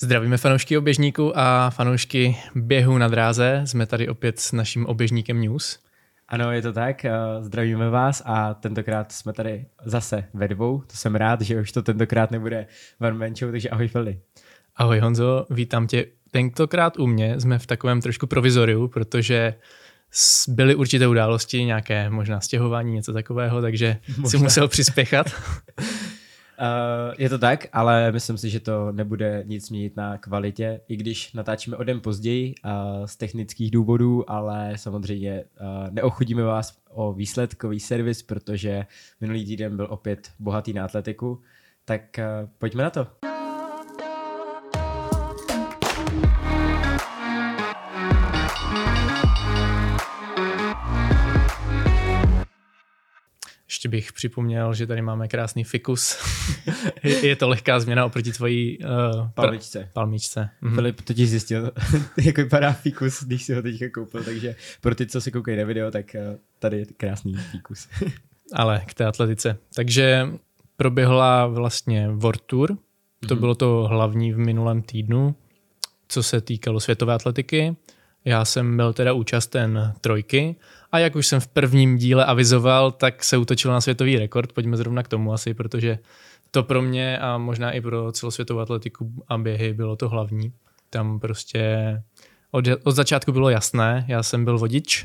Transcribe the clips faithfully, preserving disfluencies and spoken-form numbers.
Zdravíme fanoušky oběžníku a fanoušky běhu na dráze. Jsme tady opět s naším oběžníkem News. Ano, je to tak. Zdravíme vás a tentokrát jsme tady zase ve dvou. To jsem rád, že už to tentokrát nebude one man show, takže ahoj Feli. Ahoj Honzo, vítám tě. Tentokrát u mě jsme v takovém trošku provizoriu, protože byly určité události, nějaké možná stěhování, něco takového, takže možná si musel přispěchat. Uh, je to tak, ale myslím si, že to nebude nic měnit na kvalitě, i když natáčíme o den později uh, z technických důvodů, ale samozřejmě uh, neochudíme vás o výsledkový servis, protože minulý týden byl opět bohatý na atletiku, tak uh, pojďme na to. Ještě bych připomněl, že tady máme krásný fikus. Je to lehká změna oproti tvojí uh, palmičce. Pr- palmičce. Mhm. Filip totiž zjistil, jak vypadá fikus, když si ho teďka koupil, takže pro ty, co si koukají na video, tak uh, tady je krásný fikus. Ale k té atletice. Takže proběhla vlastně World Tour. To mm-hmm. bylo to hlavní v minulém týdnu, co se týkalo světové atletiky. Já jsem byl teda účasten trojky a jak už jsem v prvním díle avizoval, tak se útočil na světový rekord. Pojďme zrovna k tomu asi, protože to pro mě a možná i pro celosvětovou atletiku a běhy bylo to hlavní. Tam prostě od, od začátku bylo jasné, já jsem byl vodič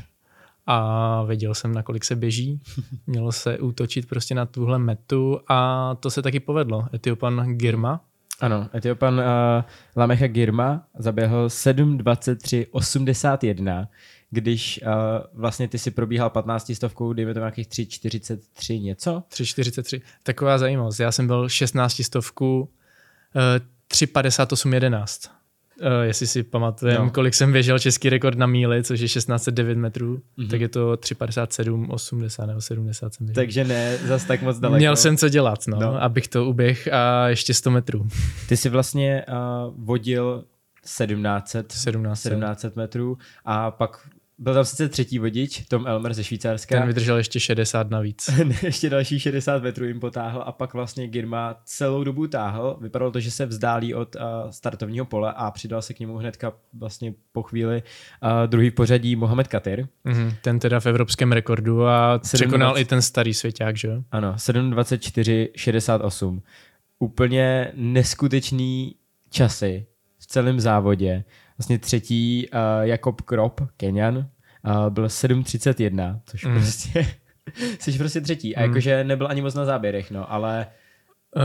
a věděl jsem, na kolik se běží. Mělo se útočit prostě na tuhle metu a to se taky povedlo. Etiopan Girma. Ano, Etiopan uh, Lamecha Girma zaběhl sedm dvacet tři osmdesát jedna, když uh, vlastně ty si probíhal patnáctistovkou, dejme to nějakých tři čtyřicet tři něco? tři čtyřicet tři. Taková zajímavost. Já jsem byl šestnáctistovku uh, tři padesát osm jedenáct. Uh, jestli si pamatujeme, no. kolik jsem běžel český rekord na míli, což je šestnáct set devět metrů, mm-hmm. tak je to tři padesát sedm osmdesát nebo sedmdesát jsem běžel. Takže ne, zas tak moc daleko. Měl jsem co dělat, no, no. abych to uběh a ještě sto metrů. Ty jsi vlastně uh, vodil sedmnáct set metrů a pak byl tam sice třetí vodič, Tom Elmer ze Švýcarska. Ten vydržel ještě šedesát navíc. Ještě další šedesát metrů jim potáhl a pak vlastně Girma celou dobu táhl. Vypadalo to, že se vzdálí od uh, startovního pole a přidal se k němu hnedka vlastně po chvíli uh, druhý v pořadí Mohamed Katyr. Mm-hmm. Ten teda v evropském rekordu a překonal i ten starý svěťák, že jo? Ano, sedm dvacet čtyři šedesát osm. Úplně neskutečný časy v celém závodě. Vlastně třetí uh, Jakob Krop, Kenian, uh, byl sedm třicet jedna, což mm. prostě jsi prostě třetí. A mm. jakože nebyl ani moc na záběrech, no, ale... Uh,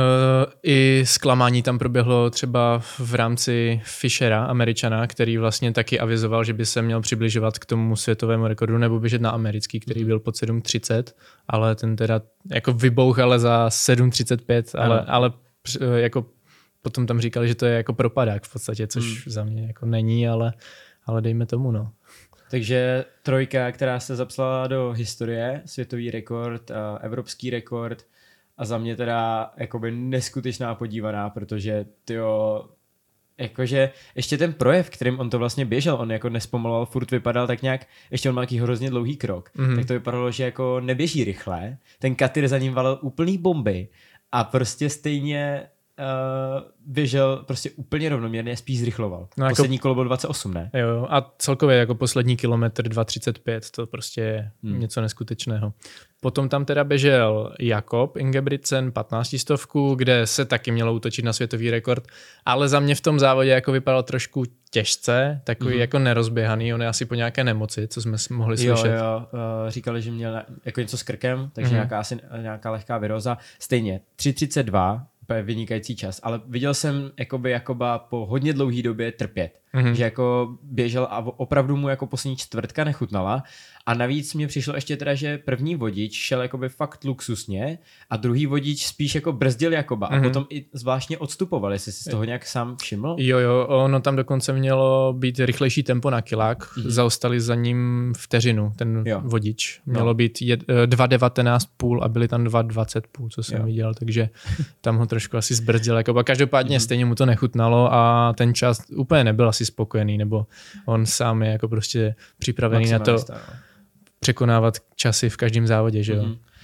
I zklamání tam proběhlo třeba v rámci Fishera, Američana, který vlastně taky avizoval, že by se měl přibližovat k tomu světovému rekordu nebo běžet na americký, který byl pod sedm třicet, ale ten teda jako vybouch, ale za sedm třicet pět, ale, ale jako potom tam říkali, že to je jako propadák v podstatě, což hmm. za mě jako není, ale, ale dejme tomu, no. Takže trojka, která se zapsala do historie, světový rekord, evropský rekord a za mě teda jakoby neskutečná podívaná, protože tyjo, jakože ještě ten projev, kterým on to vlastně běžel, on jako nespomaloval, furt vypadal tak nějak, ještě on má nějaký hrozně dlouhý krok, mm-hmm. tak to vypadalo, že jako neběží rychle, ten Katyr za ním valil úplný bomby a prostě stejně Uh, běžel prostě úplně rovnoměrně, spíš zrychloval. No poslední jako, kolo bylo dvacet osm, ne? Jo, a celkově jako poslední kilometr dva třicet pět, to prostě je hmm. něco neskutečného. Potom tam teda běžel Jakob Ingebrigtsen patnáctistovku, kde se taky mělo útočit na světový rekord, ale za mě v tom závodě jako vypadal trošku těžce, takový mm-hmm. jako nerozběhaný, on je asi po nějaké nemoci, co jsme mohli slyšet. Jo, jo, uh, říkali, že měl jako něco s krkem, takže mm-hmm. nějaká, asi, nějaká lehká viróza. Stejně, tři třicet dva, vynikající čas, ale viděl jsem jakoby Jakoba po hodně dlouhé době trpět, mm-hmm. že jako běžel a opravdu mu jako poslední čtvrtka nechutnala a navíc mě přišlo ještě teda, že první vodič šel jakoby fakt luxusně a druhý vodič spíš jako brzdil Jakoba mm-hmm. a potom i zvláštně odstupoval, jestli jsi z toho nějak sám všiml? Jo, jo, ono tam dokonce mělo být rychlejší tempo na kilák, mm-hmm. zaostali za ním vteřinu, ten jo. vodič. Mělo no. být dva devatenáct půl a byli tam dva dvacet půl, co jsem jo. viděl, takže tam ho trošku asi zbrzdil Jakoba. Každopádně mm-hmm. stejně mu to nechutnalo a ten čas úplně nebyl asi spokojený, nebo on sám je jako prostě připravený na to překonávat časy v každém závodě, že jo? Mm-hmm.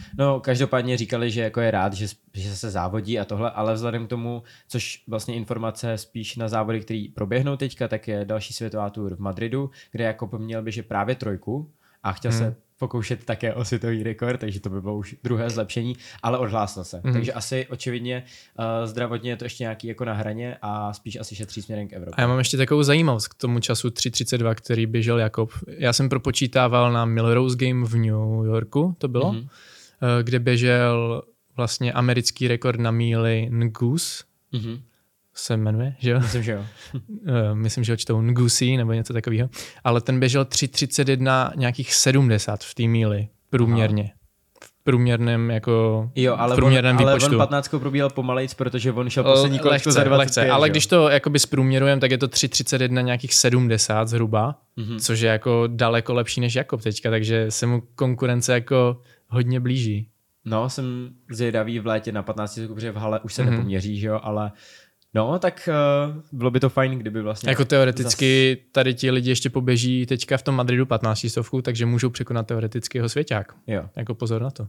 No, každopádně říkali, že jako je rád, že, že se závodí a tohle, ale vzhledem k tomu, což vlastně informace spíš na závody, které proběhnou teďka, tak je další světová tour v Madridu, kde jako měl běžet právě trojku a chtěl hmm. se pokoušet také o světový rekord, takže to by bylo už druhé zlepšení, ale odhlásil se. Mm. Takže asi očividně uh, zdravotně je to ještě nějaký jako na hraně a spíš asi šetří směrem k Evropě. A já mám ještě takovou zajímavost k tomu času tři třicet dva, který běžel Jakob. Já jsem propočítával na Melrose Game v New Yorku, to bylo, mm. uh, kde běžel vlastně americký rekord na míli Ngus. Mm-hmm. Se jmenuje, že jo? Myslím, že jo. Myslím, že ho čtou Ngusi nebo něco takového. Ale ten běžel tři třicet jedna nějakých sedmdesát v té míli průměrně. Aha. V průměrném jako jo, ale v průměrném on, ale výpočtu. on patnáct probíhal pomalejc, protože on šel poslední kolečko za dvacet pět. Ale jo? když to jakoby zprůměrujeme, tak je to tři třicet jedna nějakých sedmdesát zhruba, mm-hmm. což je jako daleko lepší než Jakob teďka, takže se mu konkurence jako hodně blíží. No, jsem zvědavý v létě na patnáct sekund, protože v hale už se mm-hmm. nepoměří, že jo, ale no, tak uh, bylo by to fajn, kdyby vlastně... Jako teoreticky zas... tady ti lidi ještě poběží teďka v tom Madridu patnáct stovku, takže můžou překonat teoreticky jeho svěťák. Jo. Jako pozor na to.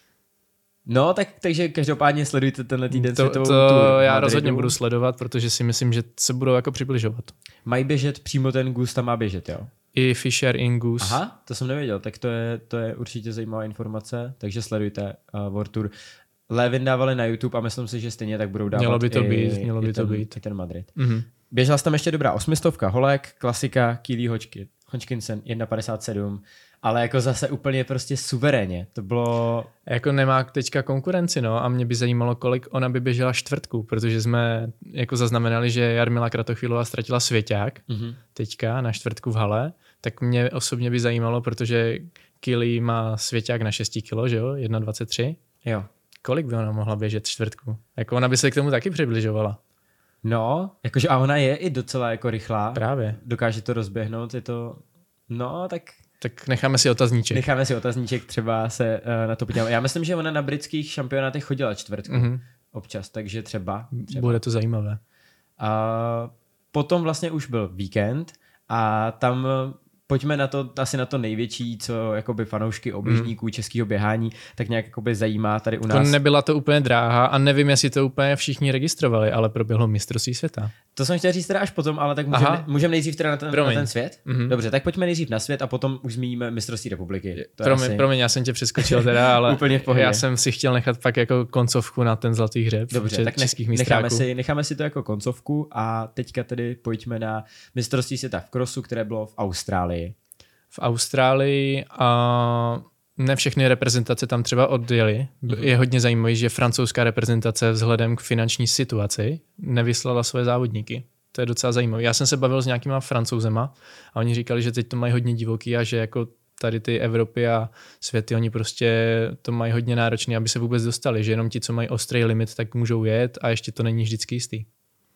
No, tak, takže každopádně sledujte tenhle týden to, světovou to tour já Madridu. rozhodně budu sledovat, protože si myslím, že se budou jako přibližovat. Mají běžet, přímo ten Gus tam má běžet, jo? I Fischer, i Gus. Aha, to jsem nevěděl, tak to je, to je určitě zajímavá informace, takže sledujte uh, World Tour. Levin dávali na YouTube a myslím si, že stejně tak budou dávat mělo by to i, být, mělo by i, ten, to být. i ten Madrid. Mm-hmm. Běžela tam ještě dobrá osmistovka holek, klasika Keely Hodgkinson jedna padesát sedm, ale jako zase úplně prostě suverénně. To bylo... Jako nemá teďka konkurenci, no, a mě by zajímalo, kolik ona by běžela čtvrtku, protože jsme jako zaznamenali, že Jarmila Kratochvílová ztratila svěťák mm-hmm. teďka na čtvrtku v hale, tak mě osobně by zajímalo, protože Keely má svěťák na šest kilo, že jo, jedna dvacet tři. Jo. Kolik by ona mohla běžet čtvrtku? Jako ona by se k tomu taky přibližovala. No, jakože a ona je i docela jako rychlá. Právě. Dokáže to rozběhnout, je to... No, tak... Tak necháme si otazníček. Necháme si otazníček, třeba se uh, na to podíváme. Já myslím, že ona na britských šampionátech chodila čtvrtku. Mm-hmm. Občas, takže třeba, třeba. Bude to zajímavé. A potom vlastně už byl víkend a tam... Pojďme na to, asi na to největší, co jakoby fanoušky oběžníků mm. českého běhání, tak nějak jakoby zajímá tady u nás. To nebyla to úplně dráha a nevím, jestli to úplně všichni registrovali, ale proběhlo mistrovství světa. To jsem chtěl říct teda až potom, ale tak můžeme můžem nejdřív teda na ten, na ten svět? Mm-hmm. Dobře, tak pojďme nejdřív na svět a potom už zmíníme mistrovství republiky. To promiň, asi... promiň, já jsem tě přeskočil teda, ale úplně v pohodě. Já jsem si chtěl nechat pak jako koncovku na ten zlatý hřeb. Dobře, tak českých necháme si, necháme si to jako koncovku a teďka tedy pojďme na mistrovství světa v crossu, které bylo v Austrálii. V Austrálii a ne všechny reprezentace tam třeba odjeli. Mm-hmm. Je hodně zajímavý, že francouzská reprezentace vzhledem k finanční situaci nevyslala své závodníky. To je docela zajímavé. Já jsem se bavil s nějakýma Francouzema a oni říkali, že teď to mají hodně divoký a že jako tady ty Evropy a světy, oni prostě to mají hodně náročné, aby se vůbec dostali, že jenom ti, co mají ostrý limit, tak můžou jet a ještě to není vždycky jistý.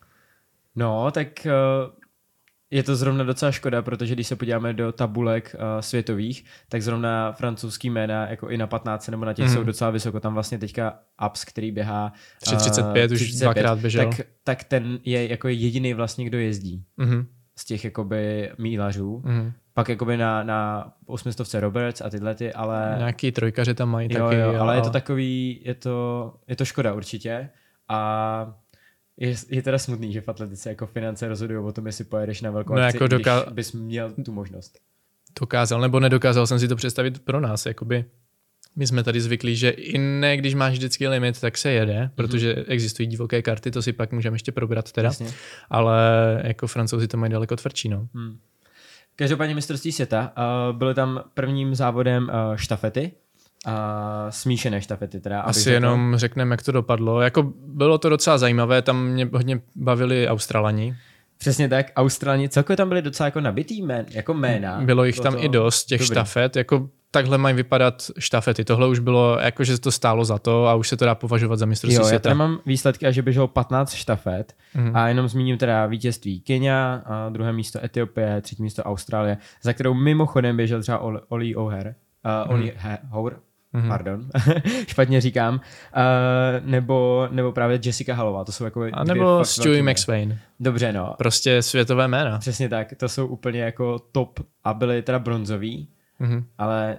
No, tak... Uh... Je to zrovna docela škoda, protože když se podíváme do tabulek uh, světových, tak zrovna francouzský jména jako i na patnáct nebo na těch mm. jsou docela vysoko. Tam vlastně teďka Abs, který běhá tři třicet pět, uh, už dvakrát běžel. Tak, tak ten je jako jediný vlastně, kdo jezdí mm. z těch jakoby mílařů. Mm. Pak jakoby na, na osmistovce Roberts a tyhle ty, ale... Nějaký trojkaře tam mají jo, taky. Jo, jo, ale je to takový, je to, je to škoda určitě. A... Je, je teda smutný, že v atletice jako finance rozhodují o tom, jestli pojedeš na velkou no akci, jako doká... když bys měl tu možnost. Dokázal, nebo nedokázal jsem si to představit pro nás. Jakoby my jsme tady zvyklí, že i ne, když máš vždycky limit, tak se jede, mm-hmm. protože existují divoké karty, to si pak můžeme ještě probrat teda. Jasně. Ale jako Francouzi to mají daleko tvrdší. No. Hmm. Každopádně mistrovství světa. Uh, byly tam prvním závodem uh, štafety. A smíšené štafety teda. Asi jenom řekneme, jak to dopadlo. Jako bylo to docela zajímavé, tam mě hodně bavili Australani. Přesně tak, Australani, celkově tam byli docela jako nabitý jmén, jako jména. Bylo jich tam to... i dost, těch dobrý. Štafet, jako takhle mají vypadat štafety. Tohle už bylo, jako že to stálo za to a už se to dá považovat za mistrovství světa. Já mám výsledky a že běželo patnáct štafet mm. a jenom zmíním teda vítězství Kenia, a druhé místo Etiopie, třetí místo Austrálie, za kterou mimochodem běžel třeba Oli O'Hare, uh, Oli mm. Hour, Mm-hmm. Pardon, špatně říkám, uh, nebo, nebo právě Jessica Hallová, to jsou jako a nebo Stewie McSweyn. Dobře, no. Prostě světové jména. Přesně tak, to jsou úplně jako top a byly teda bronzoví, mm-hmm. ale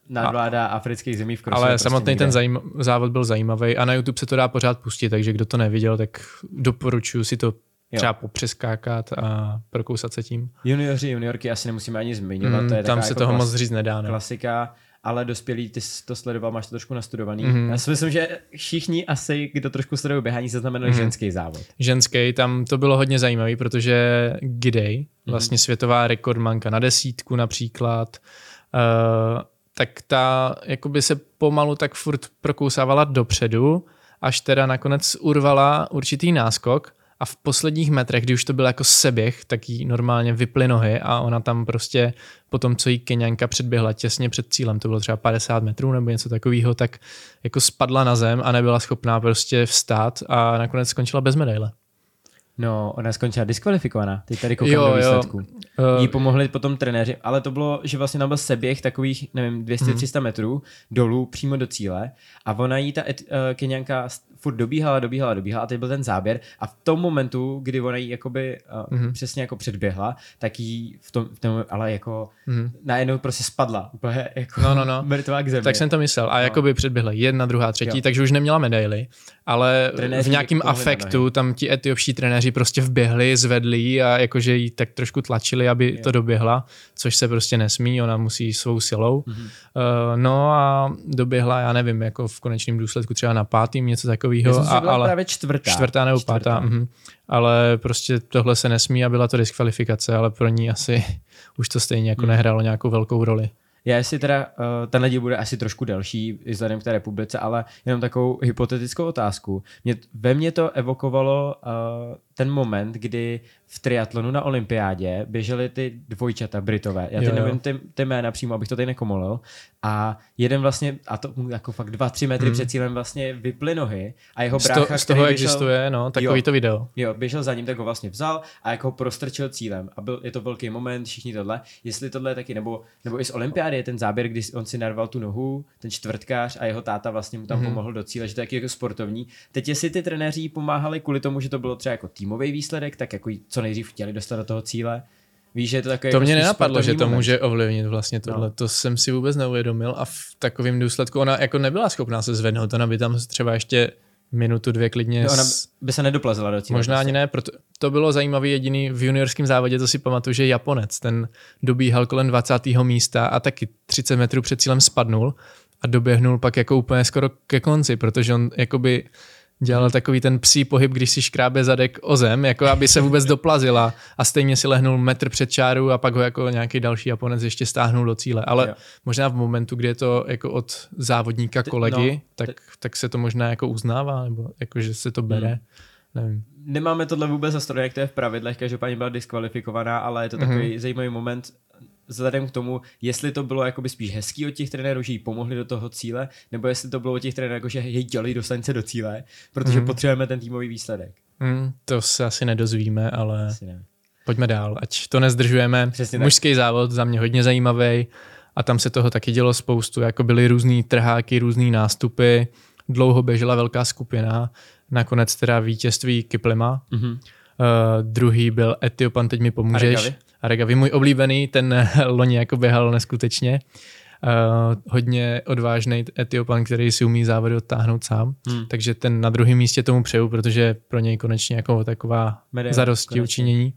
nadvláda a, afrických zemí v krosu. Ale prostě samotný někde. ten zajím, závod byl zajímavý a na YouTube se to dá pořád pustit, takže kdo to neviděl, tak doporučuji si to třeba popřeskákat a prokousat se tím. Junioři, juniorky asi nemusíme ani zmiňovat, Mm, to je tam se jako toho klas- moc říct nedá. Ne? Klasika, ale dospělí, ty jsi to sledoval, máš to trošku nastudovaný. Mm. Já si myslím, že všichni asi, kdo trošku sledují běhání, zaznamenali mm. ženský závod. Ženský, tam to bylo hodně zajímavý, protože Gidey, vlastně mm. světová rekordmanka na desítku například, uh, tak ta jakoby se pomalu tak furt prokousávala dopředu, až teda nakonec urvala určitý náskok a v posledních metrech, kdy už to byl jako seběh, tak jí normálně vyply nohy a ona tam prostě po tom, co jí Keňanka předběhla těsně před cílem, to bylo třeba padesát metrů nebo něco takového, tak jako spadla na zem a nebyla schopná prostě vstát a nakonec skončila bez medaile. No, ona skončila diskvalifikovaná. Teď tady koukám Jo, do jo. výsledku. Uh, Jí pomohli potom trenéři, ale to bylo, že vlastně tam byl seběh takových, nevím, dvě stě tři sta metrů dolů přímo do cíle a ona jí ta uh, Keňanka furt dobíhala, dobíhala, dobíhala a teď byl ten záběr a v tom momentu, kdy ona jí jakoby uh, mm-hmm. přesně jako předběhla, tak jí v tom, v tom ale jako mm-hmm. najednou prostě spadla. Úplně jako no, no, no. mrtvá k zemi. Tak jsem to myslel. A no. jakoby předběhla jedna, druhá, třetí, jo. takže už neměla medaily, ale trenéři v nějakém afektu tam ti etiopští trenéři prostě vběhli, zvedli ji a jakože jí tak trošku tlačili, aby jo. to doběhla, což se prostě nesmí, ona musí svou silou. Mm-hmm. Uh, no a doběhla, já nevím, jako v konečném důsledku třeba na pátým, něco takového. Myslím, a, byla ale právě čtvrtá. Čtvrtá nebo čtvrtá. pátá. Mhm. Ale prostě tohle se nesmí a byla to diskvalifikace, ale pro ní asi už to stejně jako mm. nehrálo nějakou velkou roli. Já si teda, uh, tenhle díl bude asi trošku delší vzhledem k té republice, ale jenom takovou hypotetickou otázku. Mě, ve mně to evokovalo uh, ten moment, kdy v triatlonu na olympiádě běžely ty dvojčata Britové. Já teď nevím ty, ty jména přímo, abych to tady nekomolil. A jeden vlastně, a to jako fakt dva, tři metry mm. před cílem vlastně vyply nohy a jeho brácha, z, to, z toho běžel, existuje, no, takový jo, to video. Jo, běžel za ním, tak ho vlastně vzal a jako ho prostrčil cílem. A byl, je to velký moment, všichni tohle. Jestli tohle je taky, nebo, nebo i z olympiády je ten záběr, kdy on si narval tu nohu, ten čtvrtkář a jeho táta vlastně mu tam mm. pomohl do cíle, že to je taky jako sportovní. Teď jestli ty trenéři pomáhali kvůli tomu, že to bylo třeba jako týmový výsledek, tak jako co nejdřív chtěli dostat do toho cíle. Víš, že je to takové. To jako mě nenapadlo, že to moment. může ovlivnit vlastně tohle. No. To jsem si vůbec neuvědomil a v takovém důsledku ona jako nebyla schopná se zvednout, ona by tam třeba ještě minutu, dvě klidně. No, ona by se nedoplazila do cíle. Možná prostě. ani ne, proto to bylo zajímavý jediný v juniorském závodě, to si pamatuju, že Japonec, ten dobíhal kolem dvacátého místa a taky třicet metrů před cílem spadnul a doběhnul pak jako úplně skoro ke konci, protože on jakoby dělal takový ten psí pohyb, když si škrábe zadek o zem, jako aby se vůbec doplazila a stejně si lehnul metr před čáru a pak ho jako nějaký další Japonec ještě stáhnul do cíle. Ale jo. možná v momentu, kdy je to jako od závodníka kolegy, no, tak, tak se to možná jako uznává, nebo jako, že se to bere. Hmm. Nevím. Nemáme tohle vůbec za stranu, jak to je v pravidlech, každopádně byla diskvalifikovaná, ale je to takový mm-hmm. zajímavý moment vzhledem k tomu, jestli to bylo jakoby spíš hezký od těch trenérů, že jí pomohli do toho cíle, nebo jestli to bylo od těch trenérů, jako, že jej dělali dostaň se do cíle, protože mm. potřebujeme ten týmový výsledek. Mm, to se asi nedozvíme, ale asi ne. Pojďme dál, ať to nezdržujeme. Přesně Mužský tak. závod za mě hodně zajímavý a tam se toho taky dělo spoustu, jako byly různý trháky, různý nástupy, dlouho běžela velká skupina, nakonec teda vítězství Kiplima. Mm-hmm. Uh, druhý byl Etiopan, teď mi pomůžeš. Aregawi. Aregawi, můj oblíbený, ten loni jako běhal neskutečně. Uh, hodně odvážný Etiopan, který si umí závody odtáhnout sám. Hmm. Takže ten na druhém místě tomu přeju, protože pro něj konečně jako taková Medaile, zadosti učinění.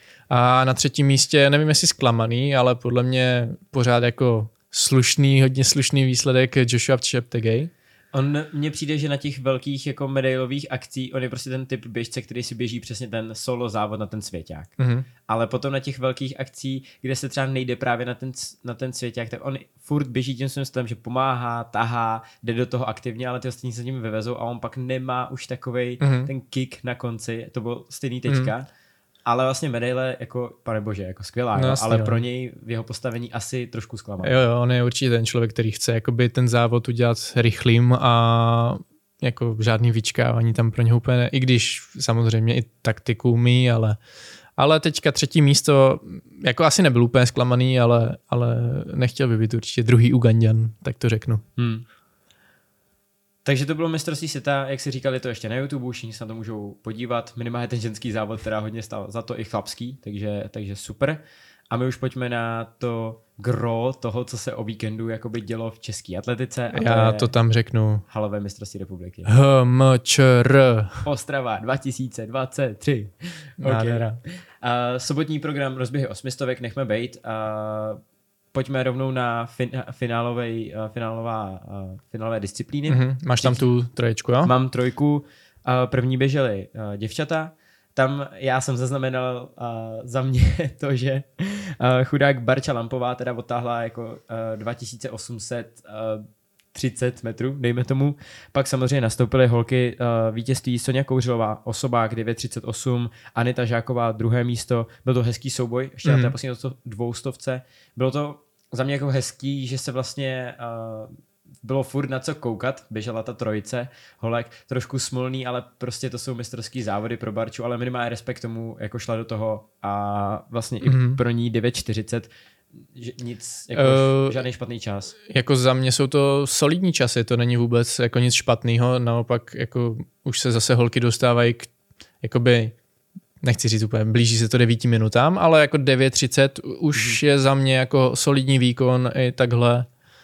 A na třetím místě, nevím jestli zklamaný, ale podle mě pořád jako slušný, hodně slušný výsledek Joshua Cheptegei. On mně přijde, že na těch velkých jako medailových akcí, on je prostě ten typ běžce, který si běží přesně ten solo závod na ten svěťák. Mm-hmm. Ale potom na těch velkých akcí, kde se třeba nejde právě na ten, na ten svěťák, tak on furt běží tím svým stylem, že pomáhá, tahá, jde do toho aktivně, ale ty ostatní se tím vyvezou a on pak nemá už takovej mm-hmm. ten kick na konci, to byl stejný teďka. Mm-hmm. Ale vlastně medaile, jako, pane bože, jako skvělá, no, jasný, ale jo. pro něj v jeho postavení asi trošku zklamal. Jo, jo, on je určitě ten člověk, který chce jakoby ten závod udělat rychlým a jako žádný vyčkávání tam pro něho úplně ne, i když samozřejmě i taktiku umí, ale, ale teďka třetí místo, jako asi nebyl úplně zklamaný, ale, ale nechtěl by být určitě druhý Uganďan, tak to řeknu. Hmm. Takže to bylo mistrovství světa, jak si říkali, to ještě na YouTube, všichni se na to můžou podívat. Minimálně ten ženský závod, která hodně stál za to i chlapský, takže, takže super. A my už pojďme na to gro toho, co se o víkendu jakoby dělo v české atletice. A Já to, to tam řeknu. halové mistrovství republiky. H M Č R. Ostrava dva tisíce dvacet tři. Okay. Uh, sobotní program rozběhy osmistovek nechme bejt. Uh, pojďme rovnou na fin, finálovej, uh, finálová, uh, finálové disciplíny. Mm-hmm. Máš tam tu troječku, jo? Mám trojku. Uh, první běžely uh, děvčata. Tam já jsem zaznamenal uh, za mě to, že uh, chudák Barča Lampová teda odtáhla jako uh, dva tisíce osm set třicet metrů, dejme tomu. Pak samozřejmě nastoupily holky uh, vítězství Soňa Kouřilová, osobák devět třicet osm, Anita Žáková druhé místo. Byl to hezký souboj, ještě mm. na té poslední dvoustovce. Bylo to za mě jako hezký, že se vlastně uh, bylo furt na co koukat, běžela ta trojice, holek, trošku smolný, ale prostě to jsou mistrovský závody pro Barču, ale minimálně respekt tomu, jako šla do toho a vlastně mm. i pro ní devět čtyřicet, nic, jako uh, žádný špatný čas. Jako za mě jsou to solidní časy, to není vůbec jako nic špatného, naopak jako už se zase holky dostávají k, jakoby, nechci říct úplně, blíží se to devíti minutám, ale jako devět třicet už mm. je za mě jako solidní výkon i takhle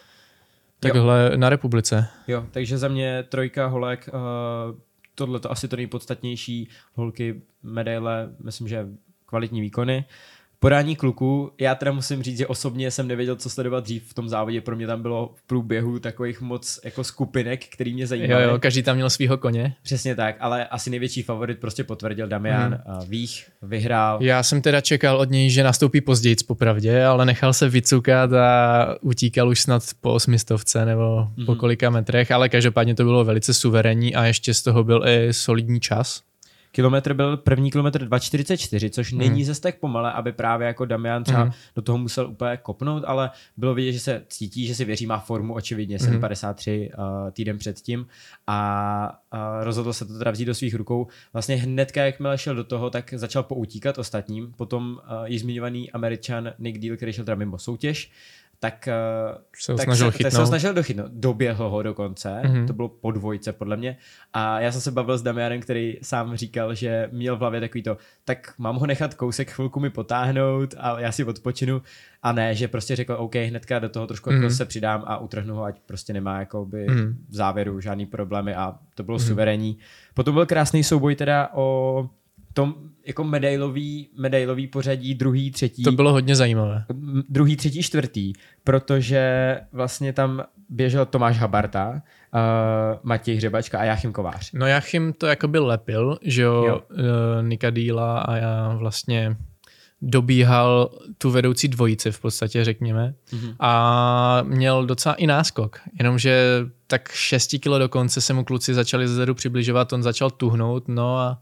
Takhle jo. na republice. Jo, takže za mě trojka holek, uh, tohle to asi to nejpodstatnější, holky, medaile, myslím, že kvalitní výkony. Podání kluků, já teda musím říct, že osobně jsem nevěděl, co sledovat dřív v tom závodě, pro mě tam bylo v průběhu takových moc jako skupinek, který mě zajímaly. Jo, jo, každý tam měl svýho koně. Přesně tak, ale asi největší favorit prostě potvrdil Damian, mm. Vích vyhrál. Já jsem teda čekal od něj, že nastoupí později popravdě, ale nechal se vycukat a utíkal už snad po osmistovce nebo mm. po kolika metrech, ale každopádně to bylo velice suverénní a ještě z toho byl i solidní čas. Kilometr byl první kilometr dva čtyřicet čtyři, což mm. není zase tak pomale, aby právě jako Damian třeba mm. do toho musel úplně kopnout, ale bylo vidět, že se cítí, že si věří, má formu očividně, mm. sedm padesát tři uh, týden předtím a uh, rozhodl se to teda vzít do svých rukou. Vlastně hnedka, jakmile šel do toho, tak začal poutíkat ostatním, potom uh, již zmiňovaný Američan Nick Deal, který šel teda mimo soutěž, tak se ho tak snažil se, chytnout. Tak se ho snažil dochytnout. Doběhl ho dokonce, mm-hmm. to bylo po dvojce podle mě. A já jsem se bavil s Damianem, který sám říkal, že měl v hlavě takový to, tak mám ho nechat kousek, chvilku mi potáhnout a já si odpočinu. A ne, že prostě řekl, OK, hnedka do toho trošku mm-hmm. jako se přidám a utrhnu ho, ať prostě nemá jakoby mm-hmm. v závěru žádný problémy a to bylo mm-hmm. suverénní. Potom byl krásný souboj teda o tom jako medailový, medailový pořadí druhý, třetí. To bylo hodně zajímavé. Druhý, třetí, čtvrtý, protože vlastně tam běžel Tomáš Habarta, uh, Matěj Hřebačka a Jáchym Kovář. No Jáchym to jakoby lepil, že jo, jo. Uh, Nika Díla a já vlastně dobíhal tu vedoucí dvojici v podstatě, řekněme. Mm-hmm. A měl docela i náskok, jenomže tak šesti kilo do konce se mu kluci začali zezadu přibližovat, on začal tuhnout, no a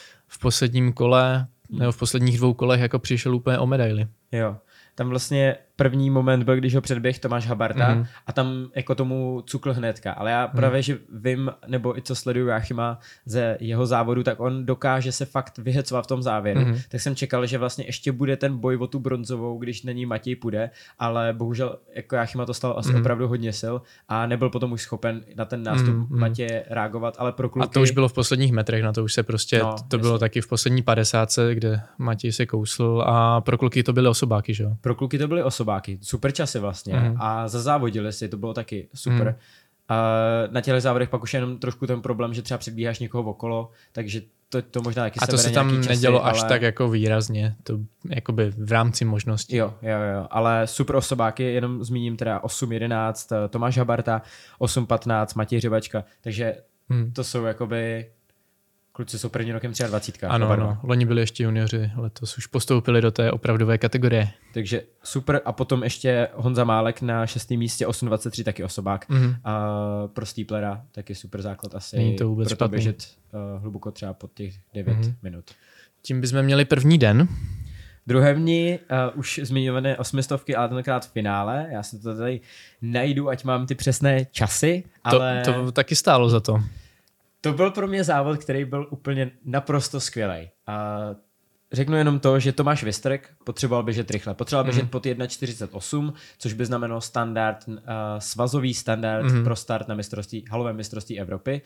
v posledním kole, nebo v posledních dvou kolech jako přišel úplně o medaili. Jo, tam vlastně první moment byl, když ho předběh Tomáš Habarta mm-hmm. a tam jako tomu cukl hnedka, ale já právě, mm. že vím, nebo i co sleduju Jáchyma ze jeho závodu, tak on dokáže se fakt vyhecovat v tom závěru, mm-hmm. tak jsem čekal, že vlastně ještě bude ten boj o tu bronzovou, když na ní Matěj půjde, ale bohužel jako Jáchyma to stalo asi mm-hmm. opravdu hodně sil a nebyl potom už schopen na ten nástup mm-hmm. Matěje reagovat, ale pro kluky... A to už bylo v posledních metrech, na to už se prostě, no, to bylo taky v poslední padesátce, kde Matěj se kousl a pro kluky to byly osobáky, že jo? Pro kluky to byly osobáky. Super časy vlastně mm. a zazávodili si, to bylo taky super. Mm. A na těch závodech pak už je jenom trošku ten problém, že třeba předbíháš někoho okolo, takže to, to možná taky a to se tam časy, nedělo ale... až tak jako výrazně, to jakoby v rámci možností. Jo, jo, jo, ale super osobáky, jenom zmíním teda osm jedenáct Tomáš Habarta, osm patnáct Matěj Hřebačka, takže mm. to jsou jakoby... Kluci jsou prvním rokem dvacet tři. Ano, ano, loni byli ještě junioři, letos už postoupili do té opravdové kategorie. Takže super a potom ještě Honza Málek na šestém místě osm dvacet tři, taky osobák. Mm-hmm. A pro Steeplera taky super základ asi. Není to vůbec proto běžet uh, hluboko třeba pod těch devět mm-hmm. minut. Tím bychom měli první den. Druhé dní uh, už zmiňované osmistovky, ale tentokrát v finále. Já si to tady najdu, ať mám ty přesné časy. Ale... To, to taky stálo za to. To byl pro mě závod, který byl úplně naprosto skvělý. A řeknu jenom to, že Tomáš Vystrk potřeboval běžet rychle. Potřeboval běžet mm. pod jedna čtyřicet osm, což by znamenalo standard, uh, svazový standard mm. pro start na mistrovství, halovém mistrovství Evropy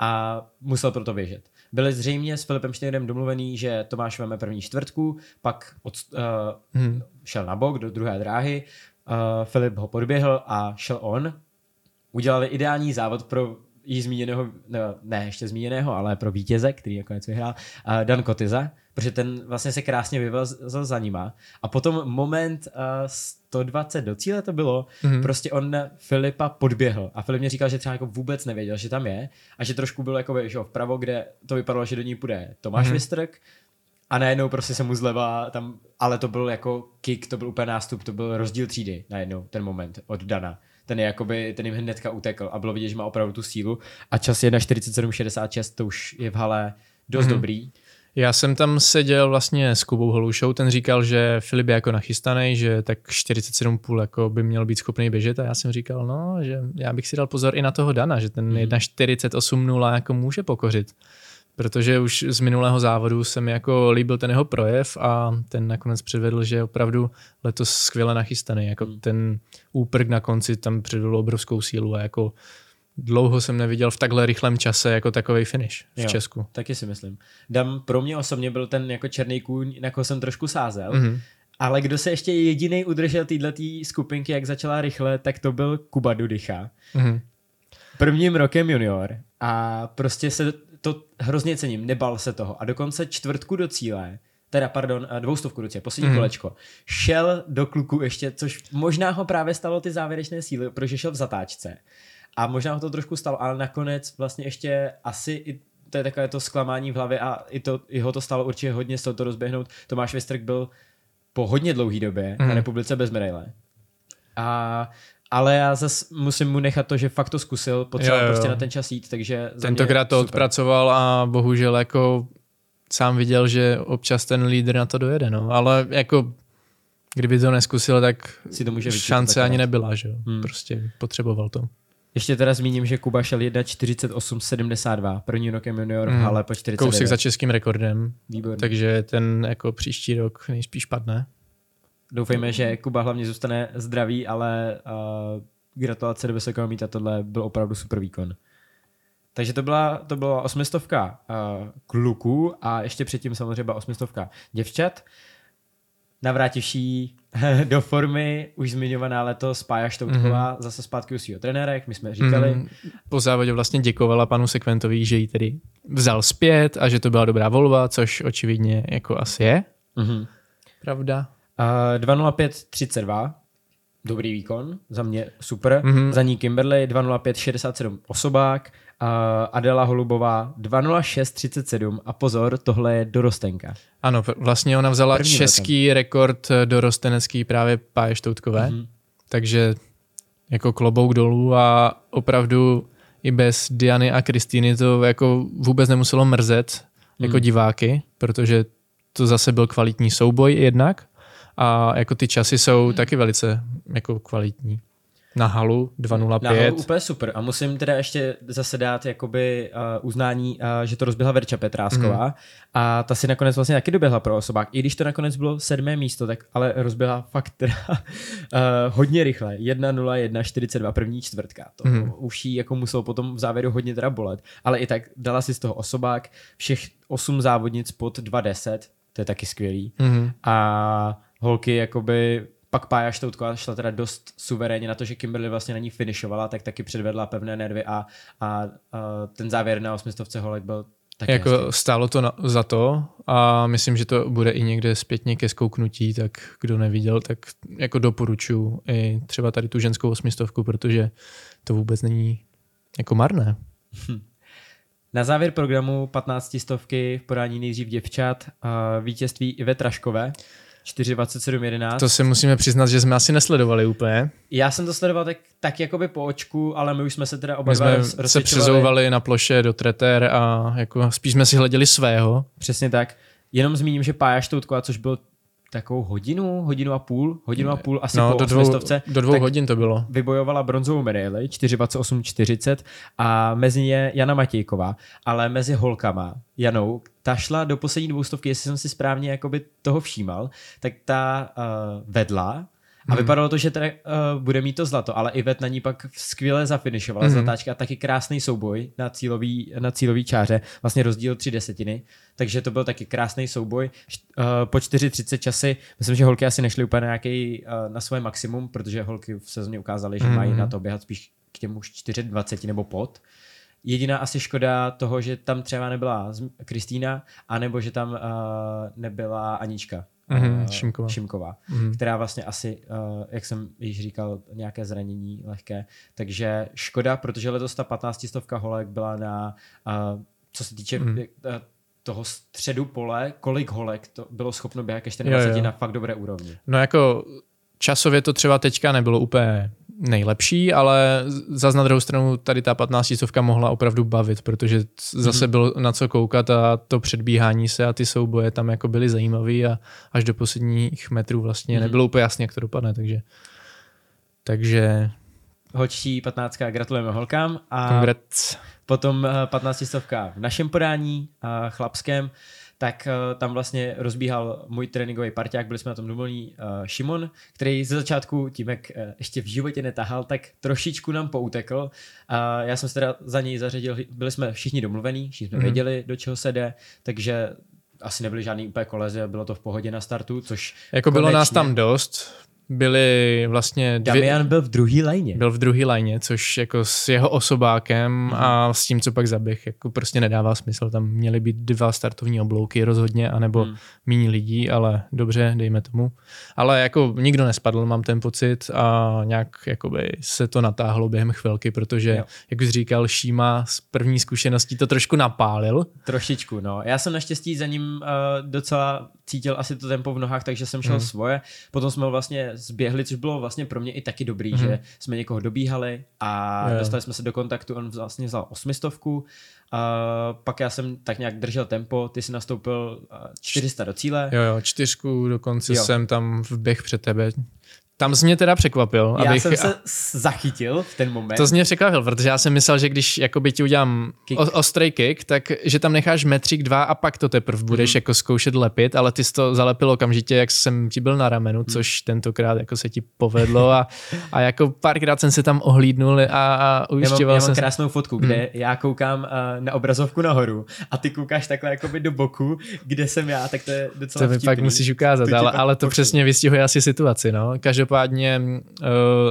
a musel proto běžet. Byli zřejmě s Filipem Schneiderem domluvený, že Tomáš veme první čtvrtku, pak od, uh, mm. šel na bok do druhé dráhy, Filip ho podběhl a šel on. Udělali ideální závod pro již zmíněného, no, ne ještě zmíněného, ale pro vítěze, který nakonec vyhrál, uh, Dan Kotyza, protože ten vlastně se krásně vyvezl za nima. A potom moment uh, sto dvacet do cíle to bylo, mm-hmm. prostě on Filipa podběhl a Filip mě říkal, že třeba jako vůbec nevěděl, že tam je a že trošku byl jako že vpravo, kde to vypadalo, že do ní půjde Tomáš mm-hmm. Vystrk a najednou prostě se mu zleva tam, ale to byl jako kick, to byl úplně nástup, to byl rozdíl třídy najednou ten moment od Dana. Ten je jakoby, ten jim hnedka utekl a bylo vidět, že má opravdu tu sílu a čas jedna čtyřicet sedm šedesát šest, to už je v hale dost mm-hmm. dobrý. Já jsem tam seděl vlastně s Kubou Holušou, ten říkal, že Filip je jako nachystaný, že tak čtyřicet sedm celá pět jako by měl být schopný běžet a já jsem říkal, no, že já bych si dal pozor i na toho Dana, že ten mm-hmm. jedna čtyřicet osm nula jako může pokořit. Protože už z minulého závodu se mi jako líbil ten jeho projev a ten nakonec předvedl, že je opravdu letos skvěle nachystaný. Jako mm. ten úprk na konci tam předvedl obrovskou sílu a jako dlouho jsem neviděl v takhle rychlém čase jako takovej finish v jo, Česku. Taky si myslím. Dam pro mě osobně byl ten jako černý kůň, na koho jsem trošku sázel, mm-hmm. ale kdo se ještě jedinej udržel této skupinky, jak začala rychle, tak to byl Kuba Dudycha. Mm-hmm. Prvním rokem junior a prostě se to hrozně cením, nebal se toho a dokonce čtvrtku do cíle, teda pardon, dvoustovku do cíle, poslední mm. kolečko, šel do kluku ještě, což možná ho právě stalo ty závěrečné síly, protože šel v zatáčce a možná ho to trošku stalo, ale nakonec vlastně ještě asi i to je takové to zklamání v hlavě a i to, jeho to stalo určitě hodně z toho to rozběhnout. Tomáš Vystrk byl po hodně dlouhý době mm. na republice bez medaile. A ale já zase musím mu nechat to, že fakt to zkusil, potřeboval prostě na ten čas jít, takže tentokrát to odpracoval a bohužel jako sám viděl, že občas ten lídr na to dojede, no, ale jako kdyby to neskusil, tak si to může šance ani nebyla, že jo, hmm. prostě potřeboval to. Ještě teda zmíním, že Kuba šel jedna čtyřicet osm sedmdesát dva, první rokem junior v hmm. hale po čtyřicet devět. Kousek za českým rekordem, výborný. Takže ten jako příští rok nejspíš padne. Doufejme, že Kuba hlavně zůstane zdravý, ale uh, gratulace do vysokého míta, tohle byl opravdu super výkon. Takže to byla, to byla osmistovka uh, kluků a ještě předtím samozřejmě byla osmistovka děvčat. Navrátivší do formy, už zmiňovaná letos Pája Štoutková, mm-hmm. zase zpátky u svýho trenéra, jak my jsme říkali. Mm-hmm. Po závodě vlastně děkovala panu Sekventovi, že ji tedy vzal zpět a že to byla dobrá volba, což očividně jako asi je. Mm-hmm. Pravda. Uh, dva nula pět třicet dva, dobrý výkon, za mě super. Mm-hmm. Za ní Kimberly dva nula pět šedesát sedm osobák, uh, Adela Holubová dva nula šest třicet sedm a pozor, tohle je dorostenka. Ano, vlastně ona vzala První český rokem. rekord dorostenecký právě Páje Štoutkové, mm-hmm. takže jako klobouk dolů a opravdu i bez Diany a Kristýny to jako vůbec nemuselo mrzet mm. jako diváky, protože to zase byl kvalitní souboj jednak. A jako ty časy jsou hmm. taky velice jako kvalitní. Na halu dva nula pět. Na halu úplně super. A musím teda ještě zase dát jakoby uh, uznání, uh, že to rozběhla Verča Petrásková hmm. a ta si nakonec vlastně taky doběhla pro osobák. I když to nakonec bylo sedmé místo, tak ale rozběhla fakt teda uh, hodně rychle. jedna nula jedna čtyřicet dva první čtvrtka. To hmm. už jí jako muselo potom v závěru hodně teda bolet. Ale i tak dala si z toho osobák všech osm závodnic pod dva deset. To je taky skvělý. Hmm. A holky jakoby, pak Pája Štoutková šla teda dost suverénně na to, že Kimberly vlastně na ní finišovala, tak taky předvedla pevné nervy a, a, a ten závěr na osmistovce holek byl taky jako hezký. Stálo to na, za to a myslím, že to bude i někde zpětně ke zkouknutí, tak kdo neviděl, tak jako doporučuji i třeba tady tu ženskou osmistovku, protože to vůbec není jako marné. Hm. Na závěr programu patnáctistovky v podání nejdřív děvčat uh, vítězství Ive Traškové čtyři dvacet sedm jedenáct. To se musíme přiznat, že jsme asi nesledovali úplně. Já jsem to sledoval tak, tak jakoby po očku, ale my už jsme se teda oba my jsme rozsvědčovali. se přezouvali na ploše do tretér a jako spíš jsme si hleděli svého. Přesně tak. Jenom zmíním, že Pája Štoutková, což byl takovou hodinu, hodinu a půl, hodinu a půl asi no, po do dvou, osmistovce. Do dvou hodin to bylo. Vybojovala bronzovou medaili čtyři dvacet osm čtyřicet a mezi je Jana Matějková, ale mezi holkama Janou, ta šla do poslední dvoustovky, jestli jsem si správně jakoby toho všímal, tak ta uh, vedla A vypadalo to, že teda, uh, bude mít to zlato, ale Ivet na ní pak skvěle zafinišovala hmm. zlatáčka a taky krásný souboj na cílový, na cílový čáře, vlastně rozdíl tři desetiny, takže to byl taky krásný souboj. Uh, po čtyři třicet časy, myslím, že holky asi nešly úplně nějaký uh, na svoje maximum, protože holky v sezóně ukázaly, že hmm. mají na to běhat spíš k těmu čtyři dvacet nebo pod. Jediná asi škoda toho, že tam třeba nebyla Kristýna, anebo že tam uh, nebyla Anička. Mm-hmm, Šimková, Šimková mm-hmm. která vlastně asi, uh, jak jsem již říkal, nějaké zranění lehké. Takže škoda, protože letos ta patnáctistovka holek byla na, uh, co se týče mm-hmm. uh, toho středu pole, kolik holek to bylo schopno běhat ke čtyřiceti na fakt dobré úrovni. No jako časově to třeba teďka nebylo úplně nejlepší, ale zas na druhou stranu tady ta patnáctistovka mohla opravdu bavit, protože zase mm. bylo na co koukat a to předbíhání se a ty souboje tam jako byly zajímavý a až do posledních metrů vlastně mm. nebylo úplně jasně, jak to dopadne, takže takže Hočtí patnáctka gratulujeme holkám a Congrats. Potom patnáctistovka v našem podání a chlapském, tak uh, tam vlastně rozbíhal můj tréninkový parťák, byli jsme na tom domluvení uh, Šimon, který ze začátku tím, jak uh, ještě v životě netahal, tak trošičku nám poutekl. A uh, já jsem se teda za něj zařadil, byli jsme všichni domluvení, všichni jsme mm. věděli, do čeho se jde, takže asi nebyly žádný úplně kolezy, bylo to v pohodě na startu, což jako konečně... bylo nás tam dost. Byli vlastně dvě... Damian byl v druhý lajně. Byl v druhý lajně, což jako s jeho osobákem mm. a s tím, co pak zaběh, jako prostě nedává smysl. Tam měly být dva startovní oblouky rozhodně, anebo mm. méně lidí, ale dobře, dejme tomu. Ale jako nikdo nespadl, mám ten pocit a nějak jakoby se to natáhlo během chvilky, protože, jo. jak už říkal, Šíma z první zkušeností to trošku napálil. Trošičku, no. Já jsem naštěstí za ním uh, docela cítil asi to tempo v nohách, takže jsem šel mm. svoje. Potom jsme vlastně zběhli, což bylo vlastně pro mě i taky dobrý, mm-hmm. že jsme někoho dobíhali a yeah. dostali jsme se do kontaktu, on vlastně vzal osmistovku, a pak já jsem tak nějak držel tempo, ty jsi nastoupil čtyři sta do cíle. Jo, jo, čtyřku dokonce jo. jsem tam vběh před tebe. Tam jsi mě teda překvapil. Já abych, jsem se zachytil v ten moment. To jsi mě překvapil, protože já jsem myslel, že když jakoby ti udělám o, ostrý kick, tak že tam necháš metřík dva a pak to teprve budeš mm. jako zkoušet lepit, ale ty jsi to zalepil okamžitě, jak jsem ti byl na ramenu, mm. což tentokrát jako se ti povedlo a, a jako párkrát jsem se tam ohlídnul a, a ujišťoval já mám, já jsem. mám krásnou fotku, kde mm. já koukám uh, na obrazovku nahoru a ty koukáš takhle jakoby do boku, kde jsem já, tak to je docela to mi pak musíš ukázat, to ale, ale to pošlu. Přesně vystihuje asi situaci, no. Každopádně uh,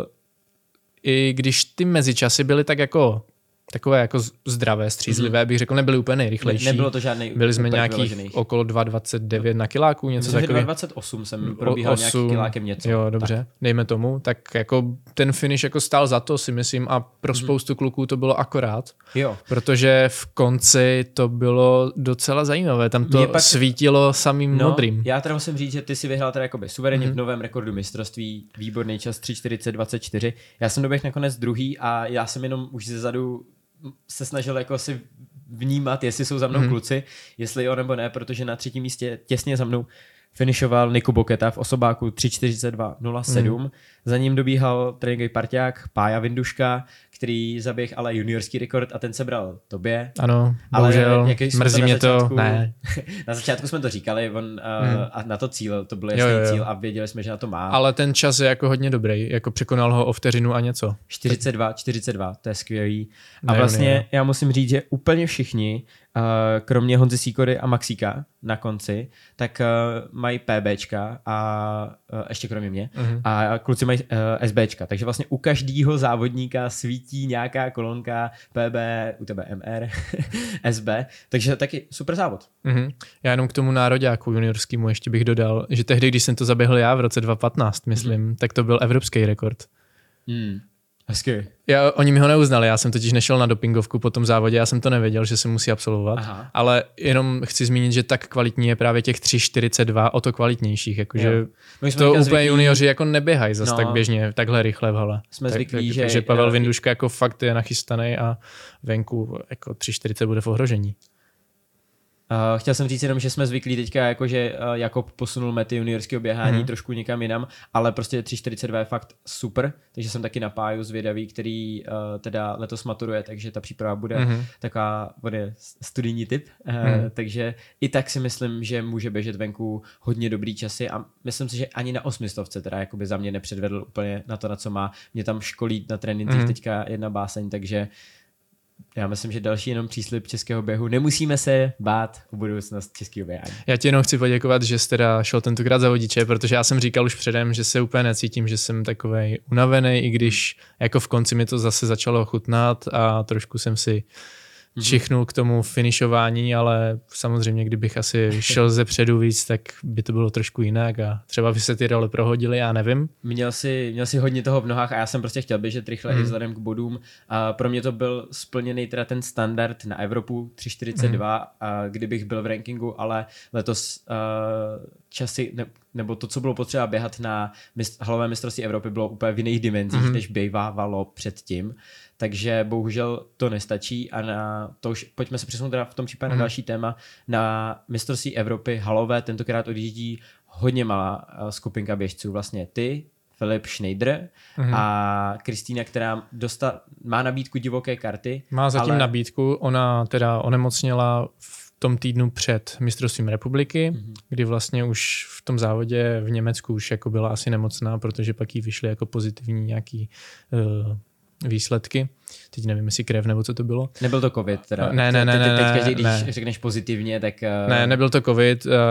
i když ty mezičasy byly tak jako takové jako zdravé, střízlivé, mm-hmm. bych řekl, nebyly úplně nejrychlejší. Ne, nebylo to žádný. Byli jsme nějakých okolo dva dvacet devět na kiláku, něco takového. dva dvacet osm jsem probíhal nějaký kilákem něco. Jo, dobře, tak. Dejme tomu. Tak jako ten finish jako stál za to, si myslím, a pro mm-hmm. spoustu kluků to bylo akorát. Jo. Protože v konci to bylo docela zajímavé. Tam to pak... svítilo samým no, modrým. Já teda musím říct, že ty si vyhrál teda jakoby suverénně mm-hmm. v novém rekordu mistrovství, výborný čas tři čtyřicet dvacet čtyři. Já jsem doběh nakonec druhý a já jsem jenom už zezadu se snažil jako si vnímat, jestli jsou za mnou mm. kluci, jestli jo nebo ne, protože na třetím místě těsně za mnou finišoval Niku Boketa v osobáku tři čtyřicet dva nula sedm. Mm. Za ním dobíhal tréninkový parťák Pája Vinduška, který zaběh ale juniorský rekord a ten se bral tobě. Ano, bohužel, mrzí mě začátku, to, ne. Na začátku jsme to říkali, on mm. a na to cíl, to byl jasný jo, jo, jo. cíl a věděli jsme, že na to má. Ale ten čas je jako hodně dobrý, jako překonal ho o vteřinu a něco. čtyřicet dva čtyřicet dva, to je skvělý. A ne, vlastně ne. já musím říct, že úplně všichni, kromě Honzy Sýkory a Maxíka na konci, tak mají PBčka a ještě kromě mě mm-hmm. a kluci mají SBčka, takže vlastně u každého závodníka svítí nějaká kolonka P B, u tebe M R, S B, takže taky super závod. Mm-hmm. Já jenom k tomu nároďáku juniorskému ještě bych dodal, že tehdy, když jsem to zaběhl já v roce dva tisíce patnáct, myslím, mm-hmm. tak to byl evropský rekord. Mm. Hezky. Já, oni mi ho neuznali, já jsem totiž nešel na dopingovku po tom závodě, já jsem to nevěděl, že se musí absolvovat, Aha. ale jenom chci zmínit, že tak kvalitní je právě těch tři čtyřicet dva o to kvalitnějších, jakože to úplně zvyklí... junioři jako neběhají zas no. tak běžně, takhle rychle v hale. Jsme tak, zvyklí, tak, že... Takže Pavel Vinduška jako fakt je nachystaný a venku jako tři čtyřicet bude v ohrožení. Uh, chtěl jsem říct jenom, že jsme zvyklí teďka, jako, že uh, Jakob posunul mety juniorského běhání mm. trošku někam jinam, ale prostě tři čtyřicet dva je fakt super, takže jsem taky na Páju zvědavý, který uh, teda letos maturuje, takže ta příprava bude mm. taková, bude studijní typ, uh, mm. takže i tak si myslím, že může běžet venku hodně dobrý časy a myslím si, že ani na osmistovce teda jakoby za mě nepředvedl úplně na to, na co má. Mě tam školí na trénincích mm. teďka jedna báseň, takže já myslím, že další jenom příslib českého běhu. Nemusíme se bát o budoucnost českého běhání. Já ti jenom chci poděkovat, že jsi teda šel tentokrát za vodiče, protože já jsem říkal už předem, že se úplně necítím, že jsem takovej unavený, i když jako v konci mi to zase začalo chutnat a trošku jsem si čichnul k tomu finišování, ale samozřejmě, kdybych asi šel ze předu víc, tak by to bylo trošku jinak a třeba by se ty role prohodily, já nevím. Měl si, měl si hodně toho v nohách a já jsem prostě chtěl běžet rychle mm. i vzhledem k bodům. A pro mě to byl splněný teda ten standard na Evropu tři čtyřicet dva, mm. a kdybych byl v rankingu, ale letos uh, časy, ne, nebo to, co bylo potřeba běhat na mist, halové mistrovství Evropy, bylo úplně v jiných dimenzích, mm. než bývávalo předtím. Takže bohužel to nestačí a na to už, pojďme se přesunout teda v tom případě mm. na další téma. Na mistrovství Evropy halové tentokrát odjíždí hodně malá skupinka běžců, vlastně ty, Filip Schneider mm. a Kristýna, která dosta, má nabídku divoké karty. Má zatím ale... nabídku, ona teda onemocněla v tom týdnu před mistrovstvím republiky, mm. kdy vlastně už v tom závodě v Německu už jako byla asi nemocná, protože pak jí vyšly jako pozitivní nějaký uh, výsledky. Teď nevím, jestli krev nebo co to bylo. Nebyl to covid teda. Ne, ne, ne. Teď, teď ne, každý, když ne. řekneš pozitivně, tak... Uh... Ne, nebyl to covid. Uh,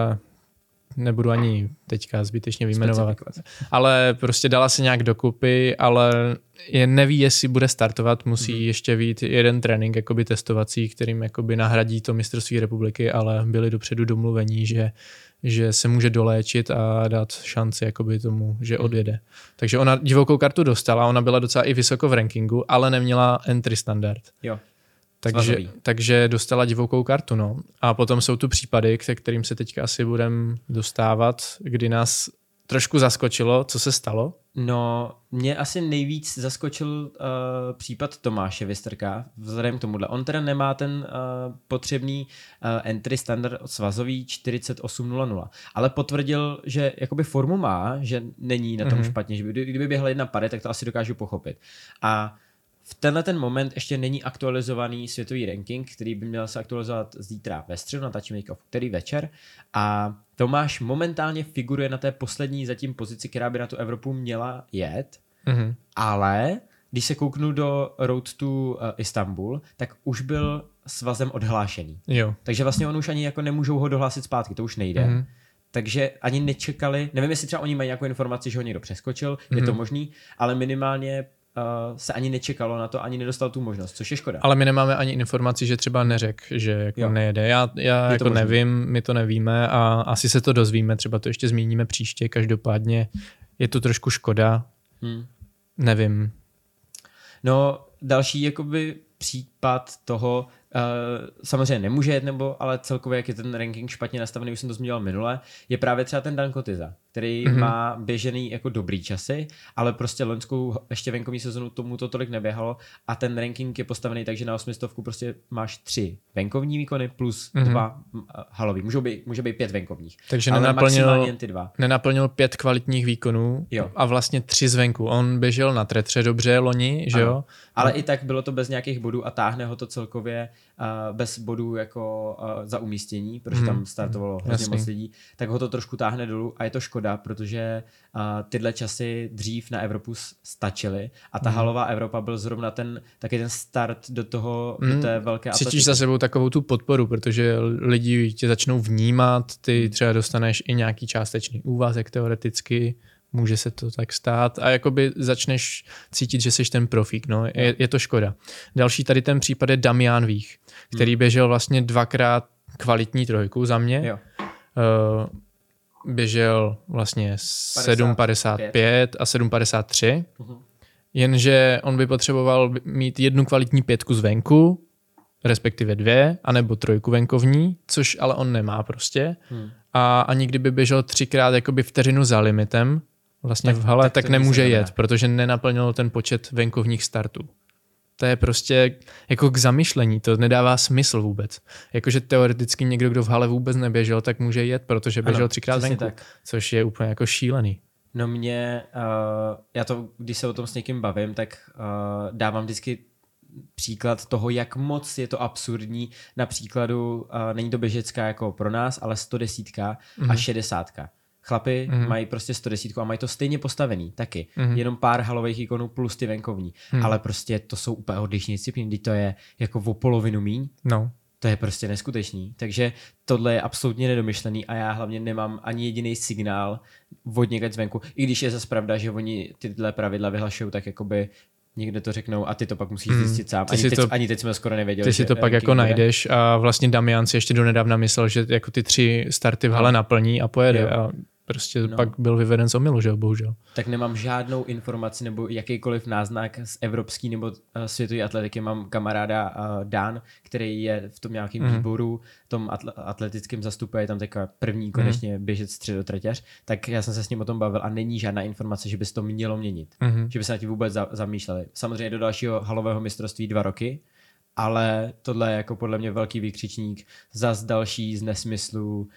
nebudu ani teďka zbytečně vyjmenovat. Ale prostě dala se nějak dokupy, ale je neví, jestli bude startovat, musí mm-hmm. ještě být jeden trénink jakoby testovací, kterým jakoby nahradí to mistrovství republiky, ale byli dopředu domluvení, že že se může doléčit a dát šanci jakoby tomu, že odjede. Takže ona divokou kartu dostala, ona byla docela i vysoko v rankingu, ale neměla entry standard. Jo. Takže, takže dostala divokou kartu, no. A potom jsou tu případy, ke kterým se teďka asi budeme dostávat, kdy nás trošku zaskočilo, co se stalo. No, mě asi nejvíc zaskočil uh, případ Tomáše Vystrka vzhledem k tomuhle. On teda nemá ten uh, potřebný uh, entry standard svazový čtyřicet osm nula nula, ale potvrdil, že jakoby formu má, že není na tom mm-hmm. špatně, že by, kdyby běhla jedna pade, tak to asi dokážu pochopit. A v tenhle ten moment ještě není aktualizovaný světový ranking, který by měl se aktualizovat zítra ve středu, natáčíme v úterý večer a Tomáš momentálně figuruje na té poslední zatím pozici, která by na tu Evropu měla jet, mm-hmm. ale když se kouknu do Road to uh, Istanbul, tak už byl svazem odhlášený. Jo. Takže vlastně on už ani jako nemůžou ho dohlásit zpátky, to už nejde. Mm-hmm. Takže ani nečekali, nevím, jestli třeba oni mají nějakou informaci, že ho někdo přeskočil, mm-hmm. je to možný, ale minimálně Uh, se ani nečekalo na to, ani nedostal tu možnost, což je škoda. Ale my nemáme ani informaci, že třeba neřek, že jako jo. nejede. Já, já jako nevím, my to nevíme a asi se to dozvíme, třeba to ještě zmíníme příště, každopádně je to trošku škoda. Hmm. Nevím. No, další jakoby případ toho, uh, samozřejmě nemůže jet, nebo, ale celkově, jak je ten ranking špatně nastavený, už jsem to zmiňoval minule, je právě třeba ten Dan Kotyza, který mm-hmm. má běžený jako dobrý časy, ale prostě loňskou ještě venkovní sezonu tomu to tolik neběhalo a ten ranking je postavený tak, že na osmistovku prostě máš tři venkovní výkony plus mm-hmm. dva halový. Můžou být, může být pět venkovních. Takže ale nenaplnil, jen ty dva. nenaplnil pět kvalitních výkonů jo. a vlastně tři zvenku. On běžel na tretře dobře loni, že jo? Ale no. i tak bylo to bez nějakých bodů a táhne ho to celkově uh, bez bodů jako uh, za umístění, protože hmm. tam startovalo hrozně moc lidí, tak ho to trošku táhne dolů a je to škoda, protože uh, tyhle časy dřív na Evropu stačily a ta hmm. halová Evropa byl zrovna ten taky ten start do toho, hmm. do té velké atletiky. Cítíš za sebou takovou tu podporu, protože lidi tě začnou vnímat, ty třeba dostaneš i nějaký částečný úvazek teoreticky, může se to tak stát a jakoby začneš cítit, že jsi ten profík, no, je, je to škoda. Další tady ten případ je Damian Vích, který hmm. běžel vlastně dvakrát kvalitní trojku za mě. Jo. Uh, běžel vlastně sedm padesát pět a sedm padesát tři, uh-huh. jenže on by potřeboval mít jednu kvalitní pětku zvenku, respektive dvě, anebo trojku venkovní, což ale on nemá prostě. Hmm. A ani kdyby běžel třikrát jakoby vteřinu za limitem, vlastně tak, v hale, tak, tak nemůže jet, protože nenaplnil ten počet venkovních startů. To je prostě jako k zamyšlení, to nedává smysl vůbec. Jakože teoreticky někdo, kdo v hale vůbec neběžel, tak může jet, protože běžel ano, třikrát venku, tak. Což je úplně jako šílený. No mě, uh, já to, když se o tom s někým bavím, tak uh, dávám vždycky příklad toho, jak moc je to absurdní. Na příkladu, uh, není to běžecká jako pro nás, ale sto deset mm. a šedesát. Chlapi mm. mají prostě sto deset a mají to stejně postavený taky. Mm. Jenom pár halových ikonů plus ty venkovní. Mm. Ale prostě to jsou úplně odlišné disciplíny, kdy to je jako o polovinu míň. No. To je prostě neskutečný. Takže tohle je absolutně nedomyšlený a já hlavně nemám ani jediný signál od někde zvenku. I když je zase pravda, že oni tyhle pravidla vyhlašují, tak jakoby někde to řeknou a ty to pak musíš zjistit sám. Ani teď, to, ani teď jsme skoro nevěděli. Ty si to pak jako bude. Najdeš a vlastně Damian si ještě donedávna myslel, že jako ty tři starty v hale naplní a pojede. Jo. A prostě no. Pak byl vyveden z omylu, že jo, bohužel. Tak nemám žádnou informaci nebo jakýkoliv náznak z evropský nebo uh, světové atletiky. Mám kamaráda uh, Dan, který je v tom nějakém mm. výboru, tom atl- atletickém zastupuje, tam taková první konečně mm. běžec středotraťař, tak já jsem se s ním o tom bavil a není žádná informace, že by se to mělo měnit. Mm. Že by se na tím vůbec za- zamýšleli. Samozřejmě do dalšího halového mistrovství dva roky, ale tohle je jako podle mě velký výkřičník. Zas další z nesmyslů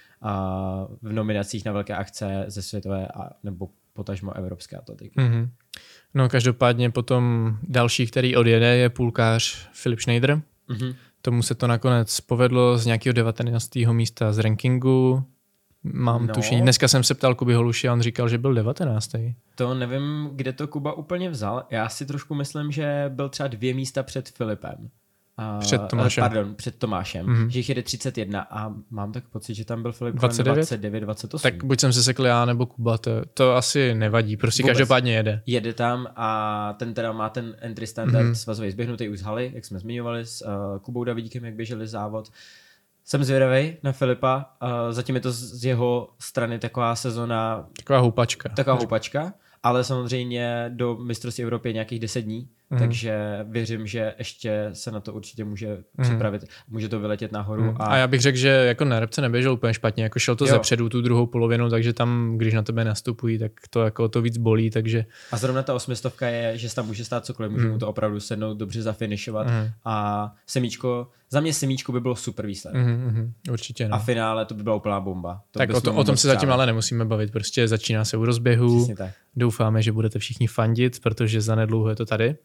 a v nominacích na velké akce ze světové a, nebo potažmo evropské atletiky. Mm-hmm. No každopádně potom další, který odjede, je půlkář Filip Schneider. Mm-hmm. Tomu se to nakonec povedlo z nějakého devatenáctého místa z rankingu. Mám no. tušení. Dneska jsem se ptal Kuby Holuši a on říkal, že byl devatenáctý. To nevím, kde to Kuba úplně vzal. Já si trošku myslím, že byl třeba dvě místa před Filipem. Před Tomášem. Pardon, před Tomášem, mm-hmm. že jich jede třicet jedna a mám tak pocit, že tam byl Filip dvacet devět? dvacet devět, dvacet osm. Tak buď jsem se sekl já nebo Kuba, to, to asi nevadí, prostě vůbec. Každopádně jede. Jede tam a ten teda má ten entry standard mm-hmm. svazový zběhnutý už z haly, jak jsme zmiňovali s uh, Kubou Davidíkem, jak běželi závod. Jsem zvědavej na Filipa, uh, zatím je to z jeho strany taková sezona... Taková houpačka. Taková houpačka, ale samozřejmě do mistrovství Evropy je nějakých deset dní, mm. takže věřím, že ještě se na to určitě může mm. připravit. Může to vyletět nahoru. Mm. A... a já bych řekl, že jako na repce neběžel úplně špatně, jako šel to jo. zepředu tu druhou polovinu, takže tam, když na tebe nastupují, tak to jako to víc bolí, takže... A zrovna ta osmistovka je, že se tam může stát cokoliv, může mm. mu to opravdu sednout, dobře zafinišovat mm. a semíčko, za mě semíčko by bylo super výsledek. Mm, určitě no. A finále to by byla úplná bomba. To tak o, to, o tom se zatím ale nemusíme bavit, prostě začíná se u rozběhu. Doufáme, že budete všichni fandit, protože zanedlouho je to tady. Uh,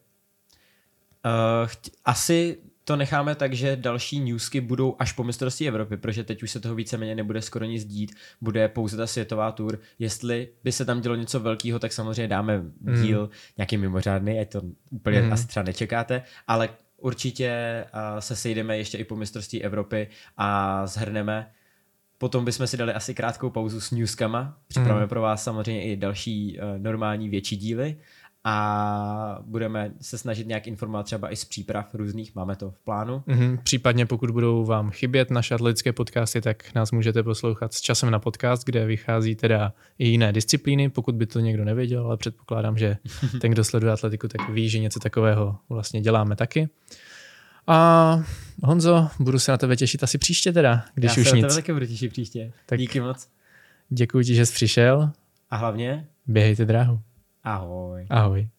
chtě, asi to necháme tak, že další newsky budou až po mistrovství Evropy, protože teď už se toho víceméně nebude skoro nic dít, bude pouze ta světová tour. Jestli by se tam dělo něco velkého, tak samozřejmě dáme díl mm. nějaký mimořádný, ať to úplně mm. asi třeba nečekáte, ale určitě uh, se sejdeme ještě i po mistrovství Evropy a zhrneme. Potom bychom si dali asi krátkou pauzu s newskama. Připravíme mm. pro vás samozřejmě i další uh, normální větší díly a budeme se snažit nějak informovat třeba i z příprav různých, máme to v plánu. Mm-hmm. Případně pokud budou vám chybět naše atletické podcasty, tak nás můžete poslouchat s Časem na podcast, kde vychází teda i jiné disciplíny, pokud by to někdo nevěděl, ale předpokládám, že ten, kdo sleduje atletiku, tak ví, že něco takového vlastně děláme taky. A Honzo, budu se na tebe těšit asi příště teda, když Já už nic. Já se nic. na tebe taky budu těšit příště. Tak díky moc. Děkuji ti, že jsi přišel. A hlavně? Běhejte dráhu. Ahoj. Ahoj.